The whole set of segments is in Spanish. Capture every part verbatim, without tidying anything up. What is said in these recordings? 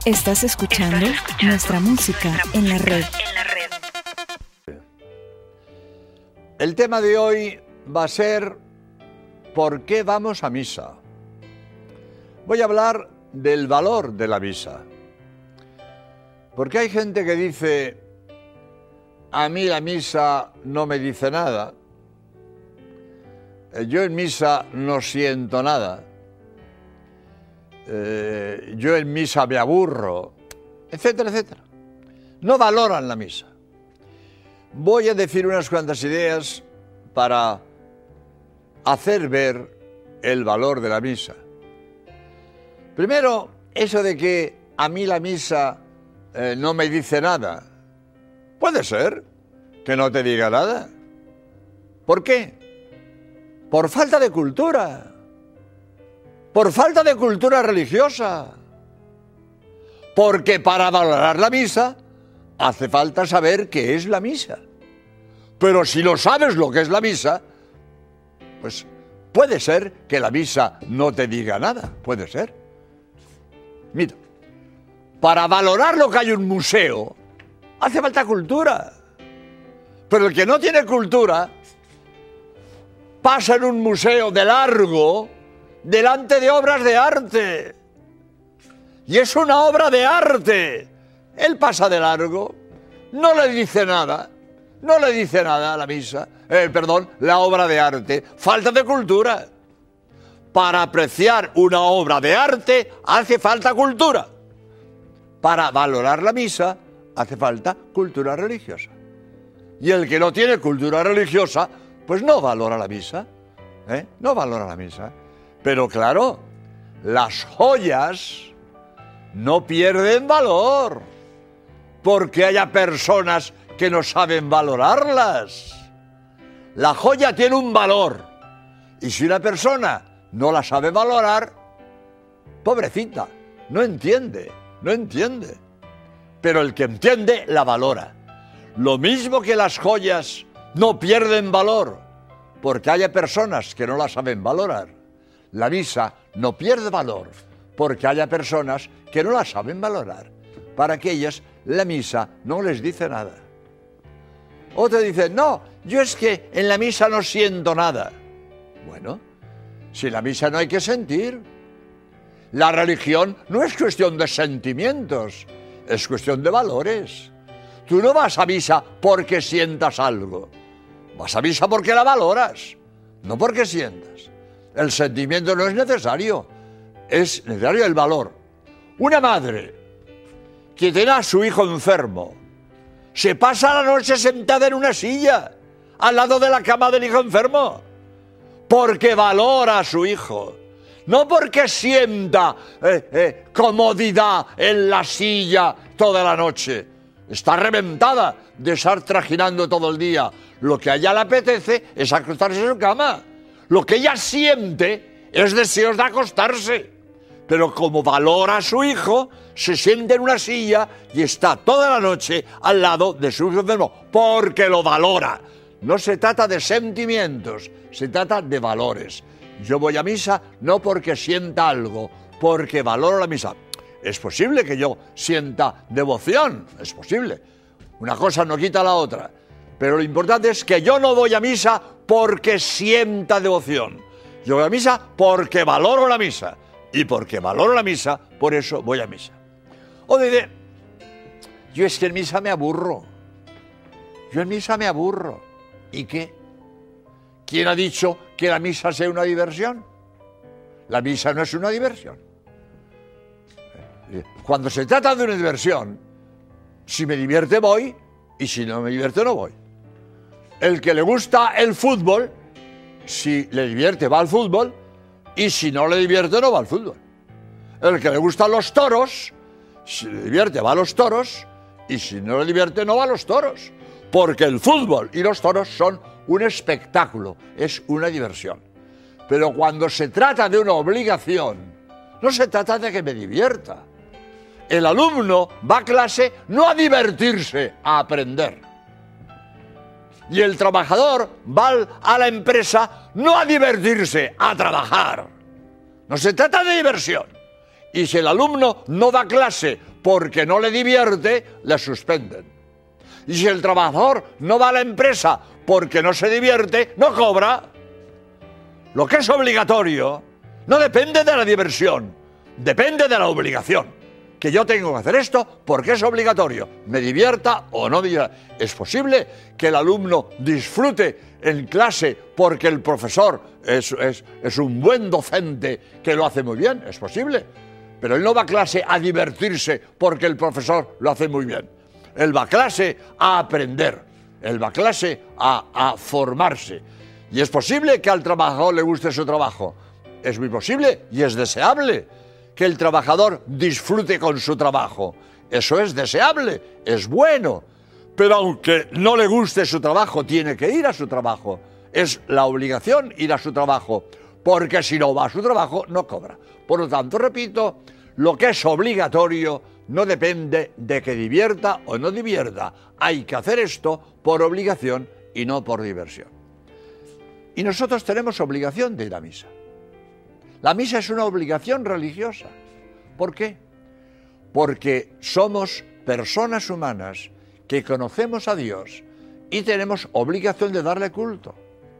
Estás escuchando, Estás escuchando nuestra música, nuestra en, música la red. en la red. El tema de hoy va a ser ¿por qué vamos a misa? Voy a hablar del valor de la misa. Porque hay gente que dice, a mí la misa no me dice nada, yo en misa no siento nada, eh, yo en misa me aburro, etcétera, etcétera. No valoran la misa. Voy a decir unas cuantas ideas para hacer ver el valor de la misa. Primero, eso de que a mí la misa eh, no me dice nada. Puede ser que no te diga nada. ¿Por qué? Por falta de cultura. Por falta de cultura religiosa. Porque para valorar la misa hace falta saber qué es la misa. Pero si no sabes lo que es la misa, pues puede ser que la misa no te diga nada. Puede ser. Mira, para valorar lo que hay en un museo, hace falta cultura. Pero el que no tiene cultura pasa en un museo de largo delante de obras de arte. Y es una obra de arte. Él pasa de largo, no le dice nada, no le dice nada a la misa, eh, perdón, la obra de arte. Falta de cultura. Para apreciar una obra de arte hace falta cultura. Para valorar la misa hace falta cultura religiosa. Y el que no tiene cultura religiosa, pues no valora la misa. ¿eh? No valora la misa. Pero claro, las joyas no pierden valor porque haya personas que no saben valorarlas. La joya tiene un valor. Y si una persona no la sabe valorar, pobrecita, no entiende, no entiende. Pero el que entiende, la valora. Lo mismo que las joyas no pierden valor, porque haya personas que no la saben valorar. La misa no pierde valor, porque haya personas que no la saben valorar. Para aquellas, la misa no les dice nada. Otro dice, no, yo es que en la misa no siento nada. Bueno, si en la misa no hay que sentir. La religión no es cuestión de sentimientos, es cuestión de valores. Tú no vas a misa porque sientas algo. Vas a misa porque la valoras, no porque sientas. El sentimiento no es necesario, es necesario el valor. Una madre que tiene a su hijo enfermo se pasa la noche sentada en una silla al lado de la cama del hijo enfermo porque valora a su hijo, no porque sienta eh, eh, comodidad en la silla toda la noche. Está reventada de estar trajinando todo el día. Lo que a ella le apetece es acostarse en su cama. Lo que ella siente es deseos de acostarse. Pero como valora a su hijo, se sienta en una silla y está toda la noche al lado de su hijo enfermo, porque lo valora. No se trata de sentimientos, se trata de valores. Yo voy a misa no porque sienta algo, porque valoro la misa. Es posible que yo sienta devoción, es posible. Una cosa no quita la otra. Pero lo importante es que yo no voy a misa porque sienta devoción. Yo voy a misa porque valoro la misa. Y porque valoro la misa, por eso voy a misa. O dice, yo es que en misa me aburro. Yo en misa me aburro. ¿Y qué? ¿Quién ha dicho que la misa sea una diversión? La misa no es una diversión. Cuando se trata de una diversión, si me divierte voy y si no me divierte no voy. El que le gusta el fútbol, si le divierte va al fútbol y si no le divierte no va al fútbol. El que le gustan los toros, si le divierte va a los toros y si no le divierte no va a los toros. Porque el fútbol y los toros son un espectáculo, es una diversión. Pero cuando se trata de una obligación, no se trata de que me divierta. El alumno va a clase no a divertirse, a aprender. Y el trabajador va a la empresa no a divertirse, a trabajar. No se trata de diversión. Y si el alumno no da clase porque no le divierte, le suspenden. Y si el trabajador no va a la empresa porque no se divierte, no cobra. Lo que es obligatorio no depende de la diversión, depende de la obligación. Que yo tengo que hacer esto porque es obligatorio, me divierta o no me divierta. Es posible que el alumno disfrute en clase porque el profesor es, es, es un buen docente que lo hace muy bien, es posible. Pero él no va a clase a divertirse porque el profesor lo hace muy bien. Él va a clase a aprender, él va a clase a, a formarse. Y es posible que al trabajador le guste su trabajo. Es muy posible y es deseable que el trabajador disfrute con su trabajo. Eso es deseable, es bueno. Pero aunque no le guste su trabajo, tiene que ir a su trabajo. Es la obligación ir a su trabajo, porque si no va a su trabajo, no cobra. Por lo tanto, repito, lo que es obligatorio no depende de que divierta o no divierta. Hay que hacer esto por obligación y no por diversión. Y nosotros tenemos obligación de ir a misa. La misa es una obligación religiosa. ¿Por qué? Porque somos personas humanas que conocemos a Dios y tenemos obligación de darle culto.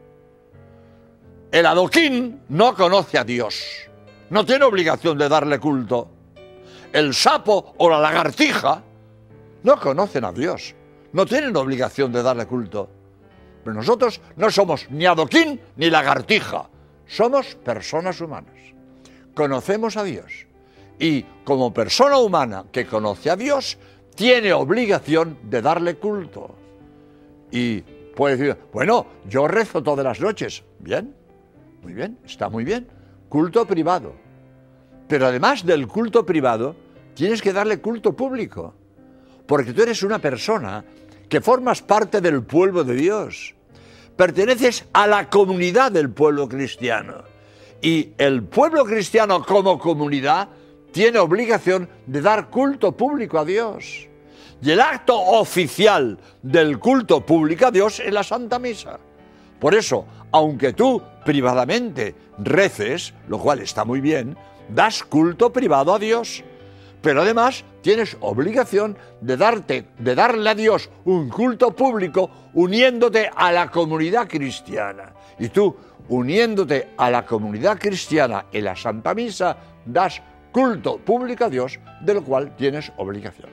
El adoquín no conoce a Dios, no tiene obligación de darle culto. El sapo o la lagartija no conocen a Dios, no tienen obligación de darle culto. Pero nosotros no somos ni adoquín ni lagartija. Somos personas humanas, conocemos a Dios y como persona humana que conoce a Dios, tiene obligación de darle culto. Y puede decir, bueno, yo rezo todas las noches. Bien, muy bien, está muy bien. Culto privado. Pero además del culto privado, tienes que darle culto público, porque tú eres una persona que formas parte del pueblo de Dios. Perteneces a la comunidad del pueblo cristiano. Y el pueblo cristiano como comunidad tiene obligación de dar culto público a Dios. Y el acto oficial del culto público a Dios es la Santa Misa. Por eso, aunque tú privadamente reces, lo cual está muy bien, das culto privado a Dios. Pero además tienes obligación de, darte, de darle a Dios un culto público uniéndote a la comunidad cristiana. Y tú, uniéndote a la comunidad cristiana en la Santa Misa, das culto público a Dios, de lo cual tienes obligación.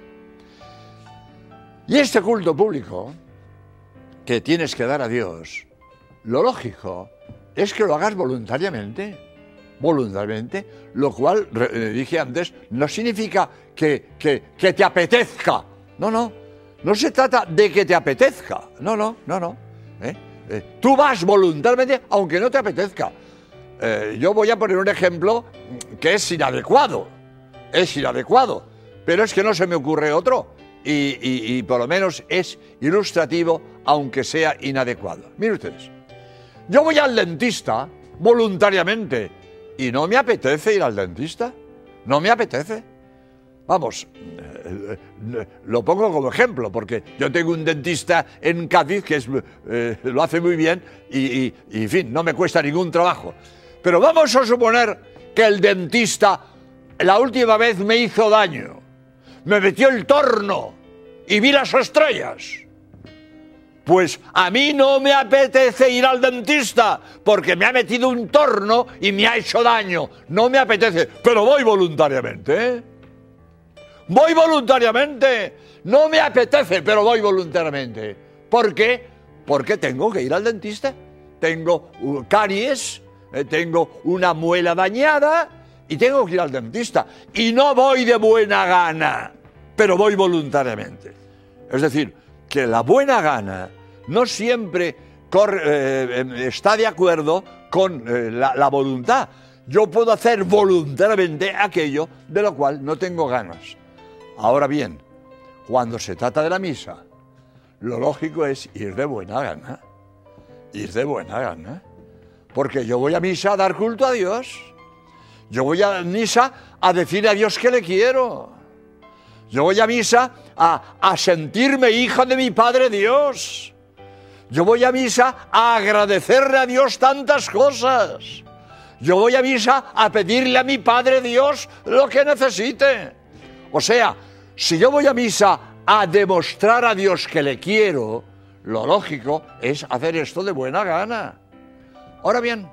Y este culto público que tienes que dar a Dios, lo lógico es que lo hagas voluntariamente. voluntariamente, lo cual, eh, dije antes, no significa que, que, que te apetezca. No, no, no se trata de que te apetezca. No, no, no, no. ¿Eh? Eh, tú vas voluntariamente aunque no te apetezca. Eh, yo voy a poner un ejemplo que es inadecuado. Es inadecuado, pero es que no se me ocurre otro. Y, y, y por lo menos es ilustrativo, aunque sea inadecuado. Miren ustedes, yo voy al dentista voluntariamente y no me apetece ir al dentista, no me apetece. Vamos, eh, eh, lo pongo como ejemplo, porque yo tengo un dentista en Cádiz que es, eh, lo hace muy bien y, y, y, en fin, no me cuesta ningún trabajo. Pero vamos a suponer que el dentista la última vez me hizo daño, me metió el torno y vi las estrellas. Pues a mí no me apetece ir al dentista porque me ha metido un torno y me ha hecho daño. No me apetece, pero voy voluntariamente, ¿eh? Voy voluntariamente. No me apetece, pero voy voluntariamente. ¿Por qué? Porque tengo que ir al dentista. Tengo uh, caries, eh, tengo una muela dañada y tengo que ir al dentista. Y no voy de buena gana, pero voy voluntariamente. Es decir, que la buena gana no siempre corre, eh, está de acuerdo con eh, la, la voluntad. Yo puedo hacer voluntariamente aquello de lo cual no tengo ganas. Ahora bien, cuando se trata de la misa, lo lógico es ir de buena gana. Ir de buena gana. Porque yo voy a misa a dar culto a Dios. Yo voy a misa a decir a Dios que le quiero. Yo voy a misa a, a sentirme hijo de mi Padre Dios. Yo voy a misa a agradecerle a Dios tantas cosas. Yo voy a misa a pedirle a mi Padre Dios lo que necesite. O sea, Si yo voy a misa a demostrar a Dios que le quiero, lo lógico es hacer esto de buena gana. Ahora bien,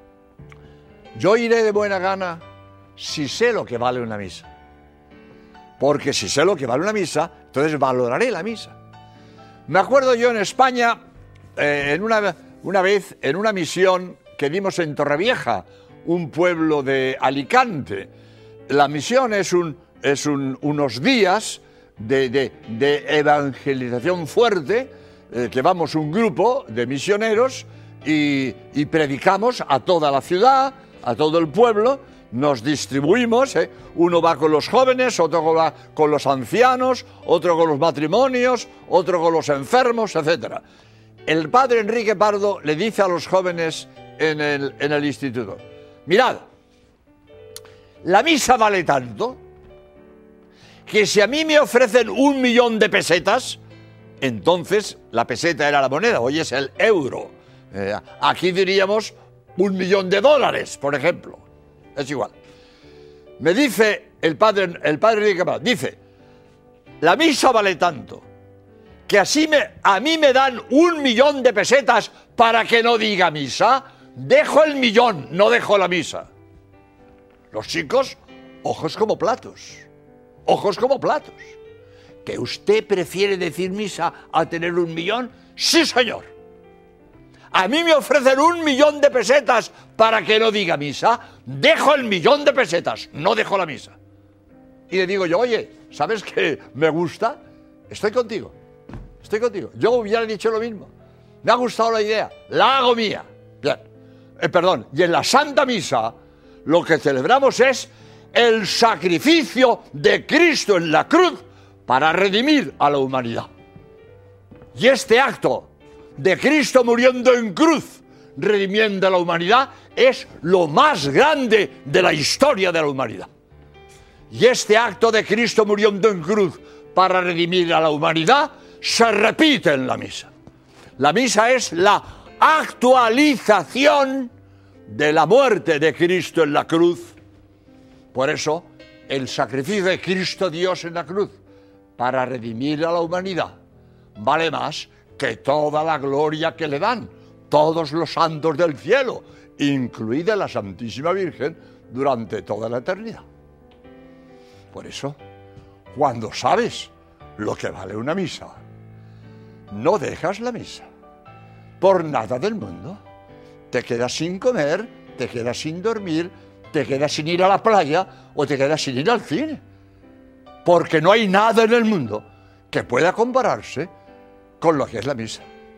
yo iré de buena gana si sé lo que vale una misa. Porque si sé lo que vale una misa, entonces valoraré la misa. Me acuerdo yo en España, eh, en una, una vez, en una misión que dimos en Torrevieja, un pueblo de Alicante. La misión es, un, es un, unos días de, de, de evangelización fuerte, eh, que vamos un grupo de misioneros y, y predicamos a toda la ciudad, a todo el pueblo, nos distribuimos, ¿eh? Uno va con los jóvenes, otro va con los ancianos, otro con los matrimonios, otro con los enfermos, etcétera. El padre Enrique Pardo le dice a los jóvenes en el, en el instituto: mirad, la misa vale tanto que si a mí me ofrecen un millón de pesetas, entonces la peseta era la moneda, hoy es el euro. Eh, aquí diríamos un millón de dólares, por ejemplo. Es igual. Me dice el padre, el padre Enrique Pardo, dice, la misa vale tanto que así me, a mí me dan un millón de pesetas para que no diga misa, dejo el millón, no dejo la misa. Los chicos, ojos como platos, ojos como platos. ¿Que usted prefiere decir misa a tener un millón? Sí, señor. A mí me ofrecen un millón de pesetas para que no diga misa, dejo el millón de pesetas, no dejo la misa. Y le digo yo, oye, ¿sabes qué me gusta? Estoy contigo, estoy contigo. Yo hubiera dicho lo mismo. Me ha gustado la idea, la hago mía. Bien, eh, perdón, y en la Santa Misa lo que celebramos es el sacrificio de Cristo en la cruz para redimir a la humanidad. Y este acto de Cristo muriendo en cruz, redimiendo a la humanidad, es lo más grande de la historia de la humanidad. Y este acto de Cristo muriendo en cruz para redimir a la humanidad se repite en la misa. La misa es la actualización de la muerte de Cristo en la cruz. Por eso, el sacrificio de Cristo Dios en la cruz para redimir a la humanidad vale más que toda la gloria que le dan todos los santos del cielo, incluida la Santísima Virgen, durante toda la eternidad. Por eso, cuando sabes lo que vale una misa, no dejas la misa por nada del mundo. Te quedas sin comer, te quedas sin dormir, te quedas sin ir a la playa o te quedas sin ir al cine. Porque no hay nada en el mundo que pueda compararse con lo que es la misa.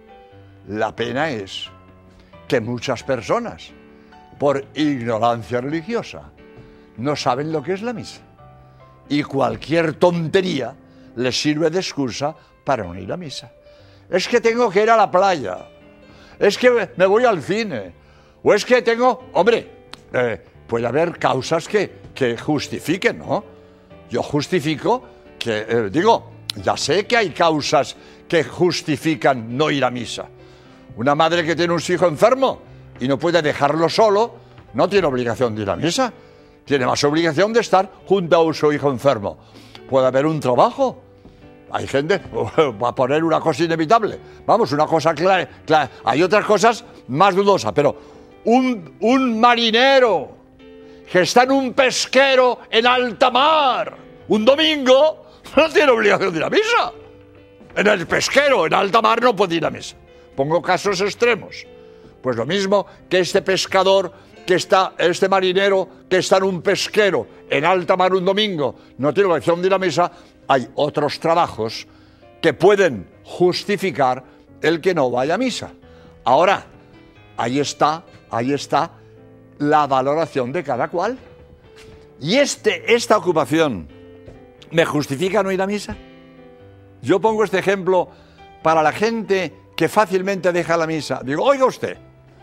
La pena es que muchas personas, por ignorancia religiosa, no saben lo que es la misa. Y cualquier tontería les sirve de excusa para no ir a misa. Es que tengo que ir a la playa, es que me voy al cine, o es que tengo... Hombre, eh, puede haber causas que, que justifiquen, ¿no? Yo justifico que, eh, digo, ya sé que hay causas que justifican no ir a misa. Una madre que tiene un hijo enfermo y no puede dejarlo solo, no tiene obligación de ir a misa. Tiene más obligación de estar junto a su hijo enfermo. Puede haber un trabajo. Hay gente, va a poner una cosa inevitable. Vamos, una cosa clara. clara. Hay otras cosas más dudosas, pero un, un marinero que está en un pesquero en alta mar un domingo no tiene obligación de ir a misa. En el pesquero, en alta mar, no puede ir a misa. Pongo casos extremos. Pues lo mismo que este pescador, que está, este marinero que está en un pesquero en alta mar un domingo, no tiene obligación de ir a misa. Hay otros trabajos que pueden justificar el que no vaya a misa. Ahora, ahí está, ahí está la valoración de cada cual. ¿Y este, esta ocupación me justifica no ir a misa? Yo pongo este ejemplo para la gente que fácilmente deja la misa. Digo, oiga usted,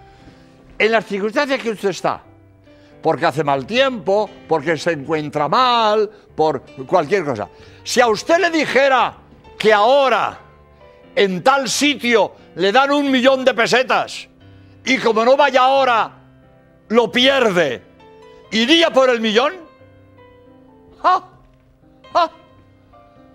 en las circunstancias que usted está, porque hace mal tiempo, porque se encuentra mal, por cualquier cosa. Si a usted le dijera que ahora en tal sitio le dan un millón de pesetas y como no vaya ahora, lo pierde, ¿iría por el millón? ¡Ah! ¡Ah!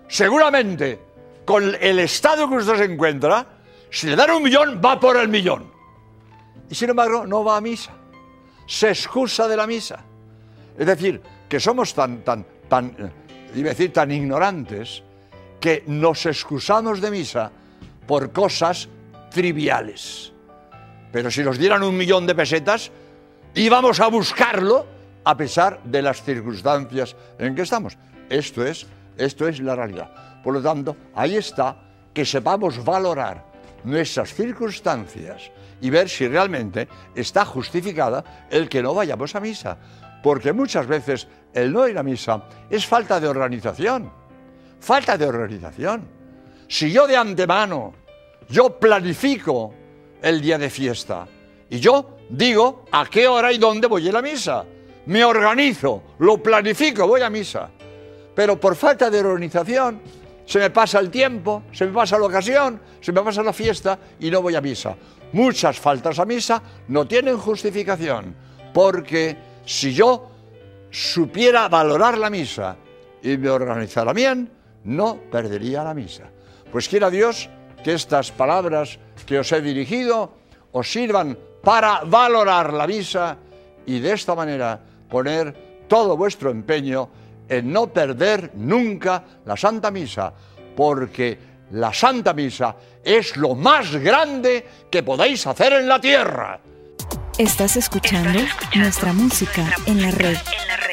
seguramente, con el estado que usted se encuentra, si le dan un millón, va por el millón. Y sin embargo, no va a misa. Se excusa de la misa. Es decir, que somos tan, tan, tan, iba a decir, tan ignorantes, que nos excusamos de misa por cosas triviales. Pero si nos dieran un millón de pesetas, íbamos a buscarlo a pesar de las circunstancias en que estamos. Esto es, esto es la realidad. Por lo tanto, ahí está, que sepamos valorar nuestras circunstancias y ver si realmente está justificada el que no vayamos a misa. Porque muchas veces el no ir a misa es falta de organización. Falta de organización. Si yo de antemano, yo planifico el día de fiesta y yo digo a qué hora y dónde voy a ir a misa, me organizo, lo planifico, voy a misa. Pero por falta de organización se me pasa el tiempo, se me pasa la ocasión, se me pasa la fiesta y no voy a misa. Muchas faltas a misa no tienen justificación, porque si yo supiera valorar la misa y me organizara bien, no perdería la misa. Pues quiera Dios que estas palabras que os he dirigido os sirvan para valorar la misa y de esta manera poner todo vuestro empeño en no perder nunca la Santa Misa, porque la Santa Misa es lo más grande que podéis hacer en la tierra. Estás escuchando, Estás escuchando nuestra música, nuestra música en la red. En la red.